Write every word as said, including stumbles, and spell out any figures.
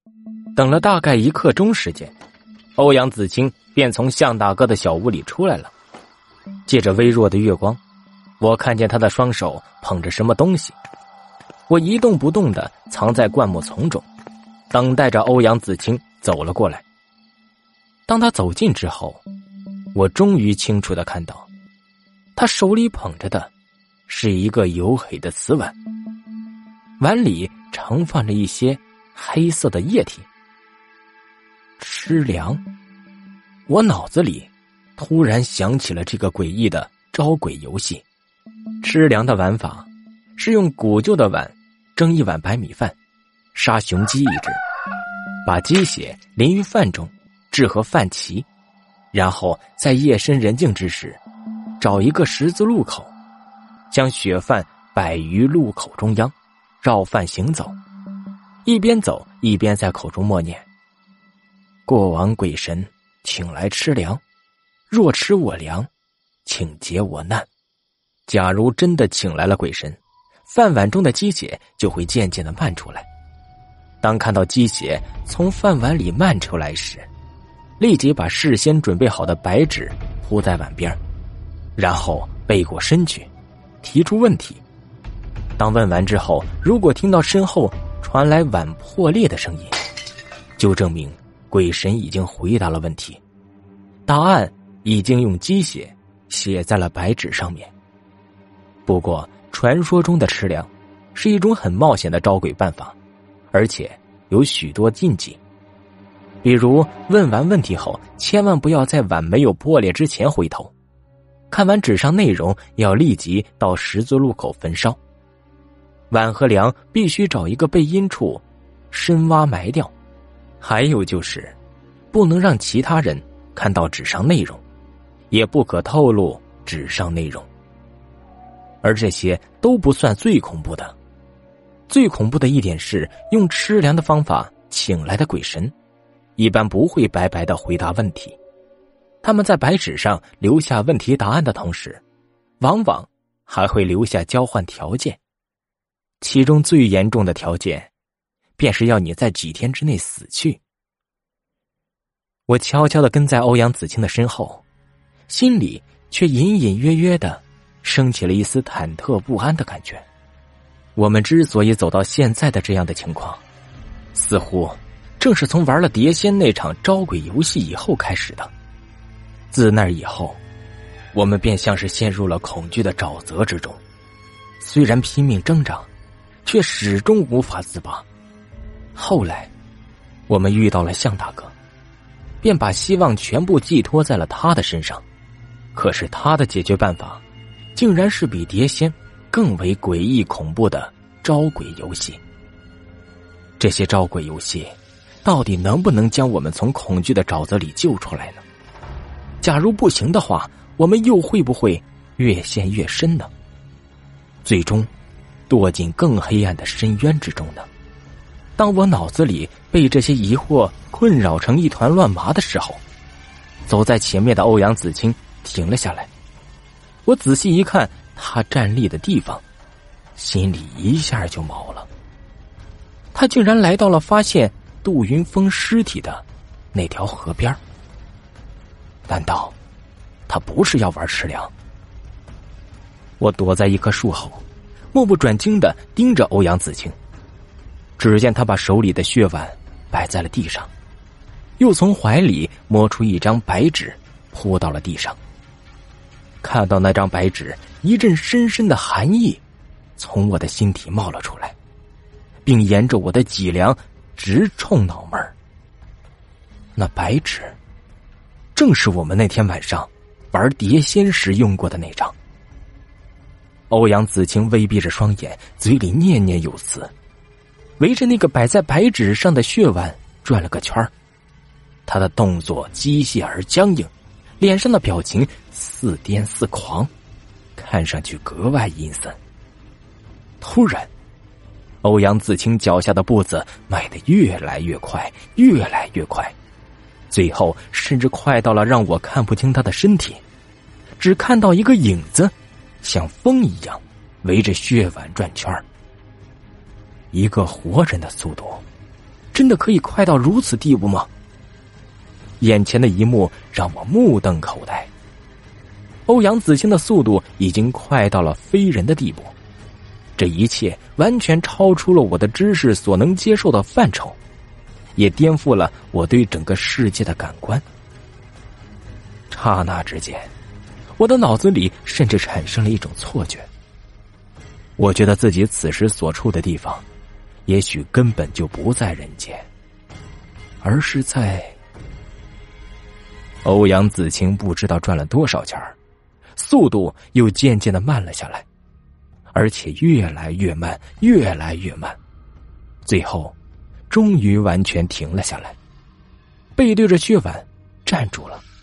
等了大概一刻钟时间，欧阳子清便从向大哥的小屋里出来了。借着微弱的月光，我看见他的双手捧着什么东西。我一动不动地藏在灌木丛中，等待着欧阳子清走了过来。当他走近之后，我终于清楚地看到，他手里捧着的是一个黝黑的瓷碗，碗里盛放着一些黑色的液体。吃粮，我脑子里突然想起了这个诡异的招鬼游戏。吃粮的玩法是用古旧的碗蒸一碗白米饭，杀雄鸡一只，把鸡血淋于饭中，制合饭齐，然后在夜深人静之时，找一个十字路口，将血饭摆于路口中央，绕饭行走，一边走一边在口中默念：过往鬼神，请来吃粮，若吃我粮，请解我难。假如真的请来了鬼神，饭碗中的鸡血就会渐渐的漫出来。当看到鸡血从饭碗里漫出来时，立即把事先准备好的白纸铺在碗边，然后背过身去，提出问题。当问完之后，如果听到身后传来碗破裂的声音，就证明鬼神已经回答了问题，答案已经用鸡血写在了白纸上面。不过传说中的吃粮是一种很冒险的招鬼办法，而且有许多禁忌。比如问完问题后，千万不要在碗没有破裂之前回头，看完纸上内容要立即到十字路口焚烧，碗和粮必须找一个背阴处深挖埋掉，还有就是不能让其他人看到纸上内容，也不可透露纸上内容。而这些都不算最恐怖的，最恐怖的一点是，用吃粮的方法请来的鬼神一般不会白白的回答问题，他们在白纸上留下问题答案的同时，往往还会留下交换条件。其中最严重的条件便是要你在几天之内死去。我悄悄地跟在欧阳子清的身后，心里却隐隐约约地升起了一丝忐忑不安的感觉。我们之所以走到现在的这样的情况，似乎正是从玩了碟仙那场招鬼游戏以后开始的。自那以后，我们便像是陷入了恐惧的沼泽之中，虽然拼命挣扎，却始终无法自拔。后来我们遇到了向大哥，便把希望全部寄托在了他的身上。可是他的解决办法竟然是比碟仙更为诡异恐怖的招鬼游戏。这些招鬼游戏到底能不能将我们从恐惧的沼泽里救出来呢？假如不行的话，我们又会不会越陷越深呢？最终堕进更黑暗的深渊之中呢？当我脑子里被这些疑惑困扰成一团乱麻的时候，走在前面的欧阳子清停了下来。我仔细一看他站立的地方，心里一下就毛了。他竟然来到了发现杜云峰尸体的那条河边。难道他不是要玩吃粮？我躲在一棵树后，目不转睛地盯着欧阳子清。只见他把手里的血碗摆在了地上，又从怀里摸出一张白纸铺到了地上。看到那张白纸，一阵深深的寒意从我的心体冒了出来，并沿着我的脊梁直冲脑门。那白纸正是我们那天晚上玩碟仙时用过的那张。欧阳子清微闭着双眼，嘴里念念有词，围着那个摆在白纸上的血碗转了个圈儿。他的动作机械而僵硬，脸上的表情似癫似狂，看上去格外阴森。突然，欧阳子清脚下的步子迈得越来越快，越来越快，最后甚至快到了让我看不清他的身体，只看到一个影子像风一样围着血碗转圈儿。一个活人的速度， 真的可以快到如此地步吗？眼前的一幕让我目瞪口呆。欧阳子清的速度已经快到了非人的地步，这一切完全超出了我的知识所能接受的范畴，也颠覆了我对整个世界的感官。刹那之间，我的脑子里甚至产生了一种错觉，我觉得自己此时所处的地方也许根本就不在人间，而是在……欧阳子清不知道赚了多少钱，速度又渐渐的慢了下来，而且越来越慢，越来越慢，最后终于完全停了下来，背对着薛婉站住了。